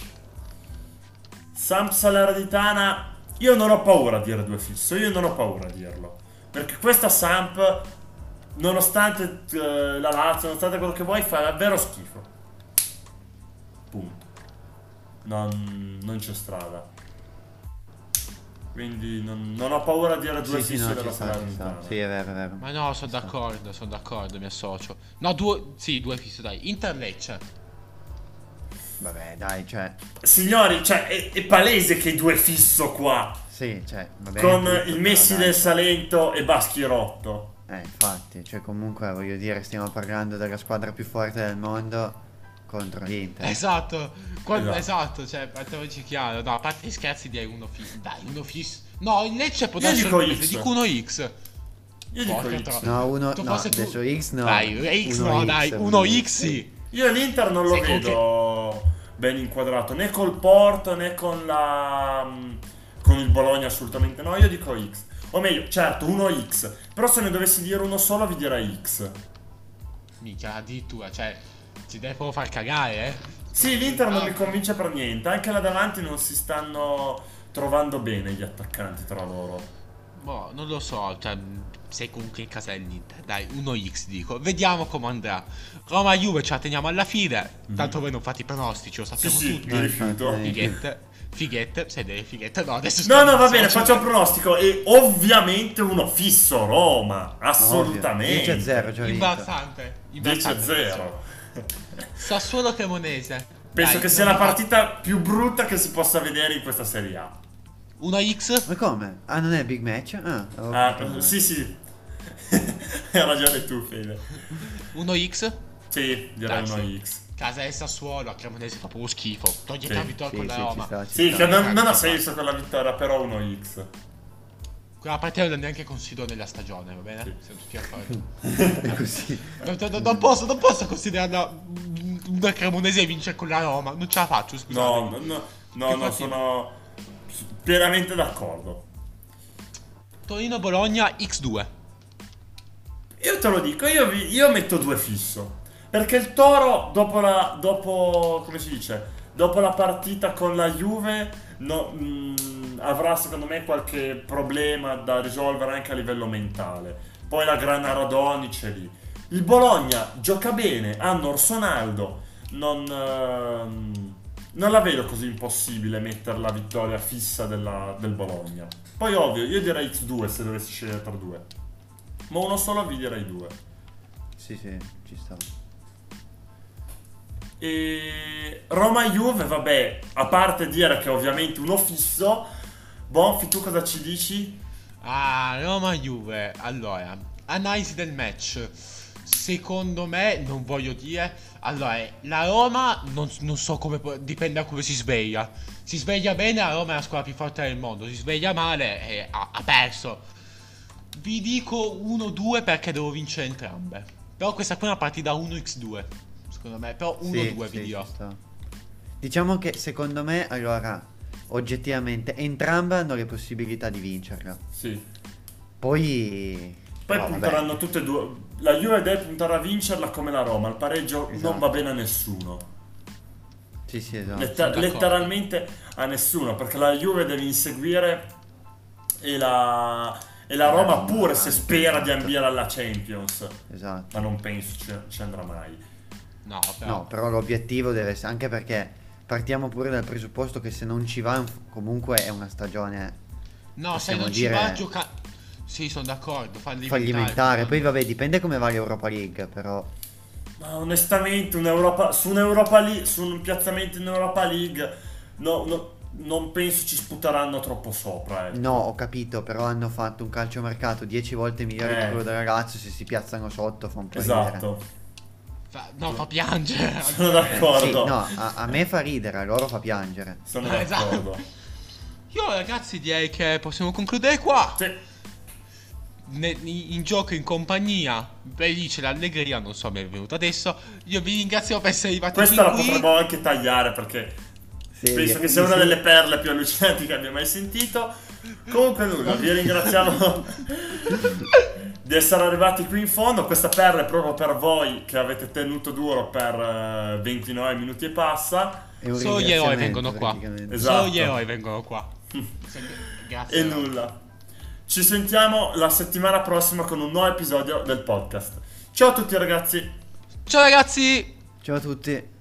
[SPEAKER 1] Samp Salernitana. Io non ho paura a dire due fisso. Io non ho paura a dirlo. Perché questa Samp, nonostante eh, la Lazio, nonostante quello che vuoi, fa davvero schifo. Punto. Non, non c'è strada. Quindi non, non ho paura a dire due
[SPEAKER 3] Sì, sì,
[SPEAKER 1] fissi
[SPEAKER 3] no,
[SPEAKER 1] della
[SPEAKER 3] ci sta, ci sta.
[SPEAKER 1] Salernitana.
[SPEAKER 3] Sì, è vero, è vero.
[SPEAKER 2] Ma no, sono d'accordo, sono d'accordo, mi associo. No, due, sì, due fisso, dai. Inter Lecce.
[SPEAKER 3] Vabbè, dai, cioè...
[SPEAKER 1] Signori, cioè, è, è palese che i due fisso qua.
[SPEAKER 3] Sì, cioè, vabbè...
[SPEAKER 1] Con
[SPEAKER 3] tutto,
[SPEAKER 1] il Messi
[SPEAKER 3] però,
[SPEAKER 1] del
[SPEAKER 3] dai.
[SPEAKER 1] Salento e Baschirotto.
[SPEAKER 3] Eh, infatti, cioè comunque voglio dire, stiamo parlando della squadra più forte del mondo contro l'Inter.
[SPEAKER 2] Esatto, quando,
[SPEAKER 1] Esatto.
[SPEAKER 2] esatto, cioè, parliamoci chiaro, no, a parte gli scherzi direi uno fisso, dai, uno fisso. No, il Lecce può
[SPEAKER 1] Io
[SPEAKER 2] darsi
[SPEAKER 1] dico
[SPEAKER 2] sorprese,
[SPEAKER 1] X.
[SPEAKER 2] dico uno X.
[SPEAKER 1] Io dico
[SPEAKER 2] Porca
[SPEAKER 1] X.
[SPEAKER 2] tro-
[SPEAKER 3] No, uno...
[SPEAKER 2] Tu
[SPEAKER 3] No,
[SPEAKER 2] forse tu-
[SPEAKER 3] adesso X no.
[SPEAKER 2] Dai, X
[SPEAKER 3] uno
[SPEAKER 2] no, dai,
[SPEAKER 3] X,
[SPEAKER 2] uno X sì.
[SPEAKER 1] Io l'Inter non lo
[SPEAKER 2] Sì,
[SPEAKER 1] vedo ben inquadrato, né col Porto né con la con il Bologna, assolutamente no. Io dico X. O meglio, certo, uno X. Però se ne dovessi dire uno solo vi direi X.
[SPEAKER 2] Mica, addirittura, cioè, ci deve proprio far cagare, eh.
[SPEAKER 1] Sì, l'Inter non
[SPEAKER 2] Ah.
[SPEAKER 1] mi convince per niente. Anche là davanti non si stanno trovando bene gli attaccanti tra loro.
[SPEAKER 2] Boh, non lo so, cioè, sei comunque in casa dell'Inter, dai, uno X dico, vediamo come andrà. Roma-Juve ce la teniamo alla fine, tanto voi non fate i pronostici, lo
[SPEAKER 1] Sì,
[SPEAKER 2] sappiamo
[SPEAKER 1] sì,
[SPEAKER 2] tutti.
[SPEAKER 1] mi rifiuto.
[SPEAKER 3] infatti.
[SPEAKER 2] Fighette, fighette, sei delle fighette, no, adesso
[SPEAKER 1] No, no, va
[SPEAKER 2] scherzo,
[SPEAKER 1] bene,
[SPEAKER 2] cioè,
[SPEAKER 1] faccio un pronostico. E ovviamente uno fisso Roma. Assolutamente.
[SPEAKER 3] dieci a zero già vinto.
[SPEAKER 2] Imbarazzante,
[SPEAKER 1] dieci a
[SPEAKER 2] imbarazzante.
[SPEAKER 1] zero.
[SPEAKER 2] Sassuolo Cremonese.
[SPEAKER 1] Penso
[SPEAKER 2] Dai,
[SPEAKER 1] che sia
[SPEAKER 2] non
[SPEAKER 1] la
[SPEAKER 2] mi fa-
[SPEAKER 1] partita più brutta che si possa vedere in questa Serie A.
[SPEAKER 2] Uno X?
[SPEAKER 3] Ma come? Ah, non è big match? Ah, avevo
[SPEAKER 1] Ah,
[SPEAKER 3] capito male.
[SPEAKER 1] sì, sì. Hai ragione tu, Fede.
[SPEAKER 2] Uno X?
[SPEAKER 1] Sì, direi
[SPEAKER 2] Dai,
[SPEAKER 1] uno
[SPEAKER 2] sì.
[SPEAKER 1] X.
[SPEAKER 2] Casa del Sassuolo, a Cremonese fa proprio schifo. Togliete
[SPEAKER 1] Sì.
[SPEAKER 2] la vittoria
[SPEAKER 3] Sì,
[SPEAKER 2] con la
[SPEAKER 3] sì, ci
[SPEAKER 2] Roma.
[SPEAKER 3] sta, ci
[SPEAKER 1] Sì,
[SPEAKER 3] sta.
[SPEAKER 1] che non, non ha senso con la vittoria, però uno X.
[SPEAKER 2] Quella partita non neanche considero nella stagione, va bene? Siamo tutti d'accordo.
[SPEAKER 3] Così.
[SPEAKER 2] Non, non- non posso, non posso considerarla una Cremonese vince con la Roma. Non ce la faccio, scusate.
[SPEAKER 1] No, no, no, no,
[SPEAKER 2] Che
[SPEAKER 1] no,
[SPEAKER 2] fatica.
[SPEAKER 1] sono pienamente d'accordo.
[SPEAKER 2] Torino-Bologna X due.
[SPEAKER 1] Io te lo dico, io, vi- io metto due fisso. Perché il Toro, dopo la. dopo. come si dice? Dopo la partita con la Juve, no, mh, avrà secondo me qualche problema da risolvere anche a livello mentale. Poi la Granarodoni c'è lì. Il Bologna gioca bene, hanno Orsonaldo. Non. ehm, non la vedo così impossibile mettere la vittoria fissa della- del Bologna. Poi ovvio, io direi X due se dovessi scegliere tra due. Ma uno solo vi direi due.
[SPEAKER 3] Sì, sì, ci sta.
[SPEAKER 1] E Roma-Juve, vabbè, a parte dire che ovviamente uno fisso. Bonfi, tu cosa ci dici?
[SPEAKER 2] Ah, Roma-Juve. Allora, analisi del match. Secondo me, non voglio dire. Allora, la Roma non, non so come. può- Dipende da come si sveglia. Si sveglia bene, la Roma è la squadra più forte del mondo. Si sveglia male e ha, ha perso. Vi dico uno due perché devo vincere entrambe. Però questa qui è una partita uno a due. Secondo me. Però uno a
[SPEAKER 3] Sì,
[SPEAKER 2] due
[SPEAKER 3] sì,
[SPEAKER 2] vi dirò.
[SPEAKER 3] ci sta. Diciamo che secondo me, allora, oggettivamente, entrambe hanno le possibilità di vincerla.
[SPEAKER 1] Sì.
[SPEAKER 3] Poi...
[SPEAKER 1] Poi
[SPEAKER 3] no, vabbè.
[SPEAKER 1] punteranno tutte e due. La Juve deve puntare a vincerla come la Roma. Il pareggio non
[SPEAKER 3] Esatto.
[SPEAKER 1] va bene a nessuno.
[SPEAKER 3] Sì, sì, esatto.
[SPEAKER 1] Letter-
[SPEAKER 2] sono d'accordo.
[SPEAKER 1] letteralmente a nessuno. Perché la Juve deve inseguire. E la. E la Roma
[SPEAKER 3] Roma,
[SPEAKER 1] pure se spera di
[SPEAKER 3] esatto.
[SPEAKER 1] ambire alla Champions.
[SPEAKER 3] Esatto.
[SPEAKER 1] Ma non penso ci, ci andrà mai.
[SPEAKER 2] No, però.
[SPEAKER 3] No, però l'obiettivo deve essere... Anche perché partiamo pure dal presupposto che se non ci va, comunque è una stagione...
[SPEAKER 2] No, se
[SPEAKER 3] possiamo
[SPEAKER 2] non ci
[SPEAKER 3] dire-
[SPEAKER 2] va a giocare. Sì, sono d'accordo. Fallimentare.
[SPEAKER 3] fallimentare. Poi vabbè, dipende come va l'Europa League, però...
[SPEAKER 1] Ma onestamente un'Europa, su un'Europa League, su un piazzamento in Europa League, no, no, non penso ci sputeranno troppo sopra. Ecco.
[SPEAKER 3] No, ho capito, però hanno fatto un calciomercato dieci volte migliore
[SPEAKER 1] Eh.
[SPEAKER 3] di quello del ragazzo. Se si piazzano sotto fa un po' ridere.
[SPEAKER 1] Esatto,
[SPEAKER 2] Fa- no, fa piangere.
[SPEAKER 1] sono
[SPEAKER 3] Eh,
[SPEAKER 1] d'accordo.
[SPEAKER 3] sì, no, a, a me fa ridere, a loro fa piangere.
[SPEAKER 1] Sono
[SPEAKER 2] Eh, esatto.
[SPEAKER 1] d'accordo.
[SPEAKER 2] Io, ragazzi, direi che possiamo concludere qua.
[SPEAKER 1] Sì.
[SPEAKER 2] Ne- in gioco in compagnia, felice l'allegria. Non so, mi è venuto adesso. Io vi ringrazio per essere arrivati
[SPEAKER 1] Questa la
[SPEAKER 2] fin qui.
[SPEAKER 1] potremmo anche tagliare perché
[SPEAKER 3] Sì,
[SPEAKER 1] penso che
[SPEAKER 3] sì,
[SPEAKER 1] sia una
[SPEAKER 3] sì.
[SPEAKER 1] delle perle più allucinanti che abbia mai sentito. Comunque nulla, vi ringraziamo di essere arrivati qui in fondo. Questa perla è proprio per voi che avete tenuto duro per eh, ventinove minuti e passa.
[SPEAKER 3] È un
[SPEAKER 2] Solo gli eroi
[SPEAKER 3] ringraziamento,
[SPEAKER 2] vengono qua.
[SPEAKER 3] praticamente.
[SPEAKER 1] Esatto.
[SPEAKER 2] Solo gli eroi vengono qua. Grazie.
[SPEAKER 1] E nulla. Ci sentiamo la settimana prossima con un nuovo episodio del podcast. Ciao a tutti ragazzi.
[SPEAKER 2] Ciao ragazzi.
[SPEAKER 3] Ciao a tutti.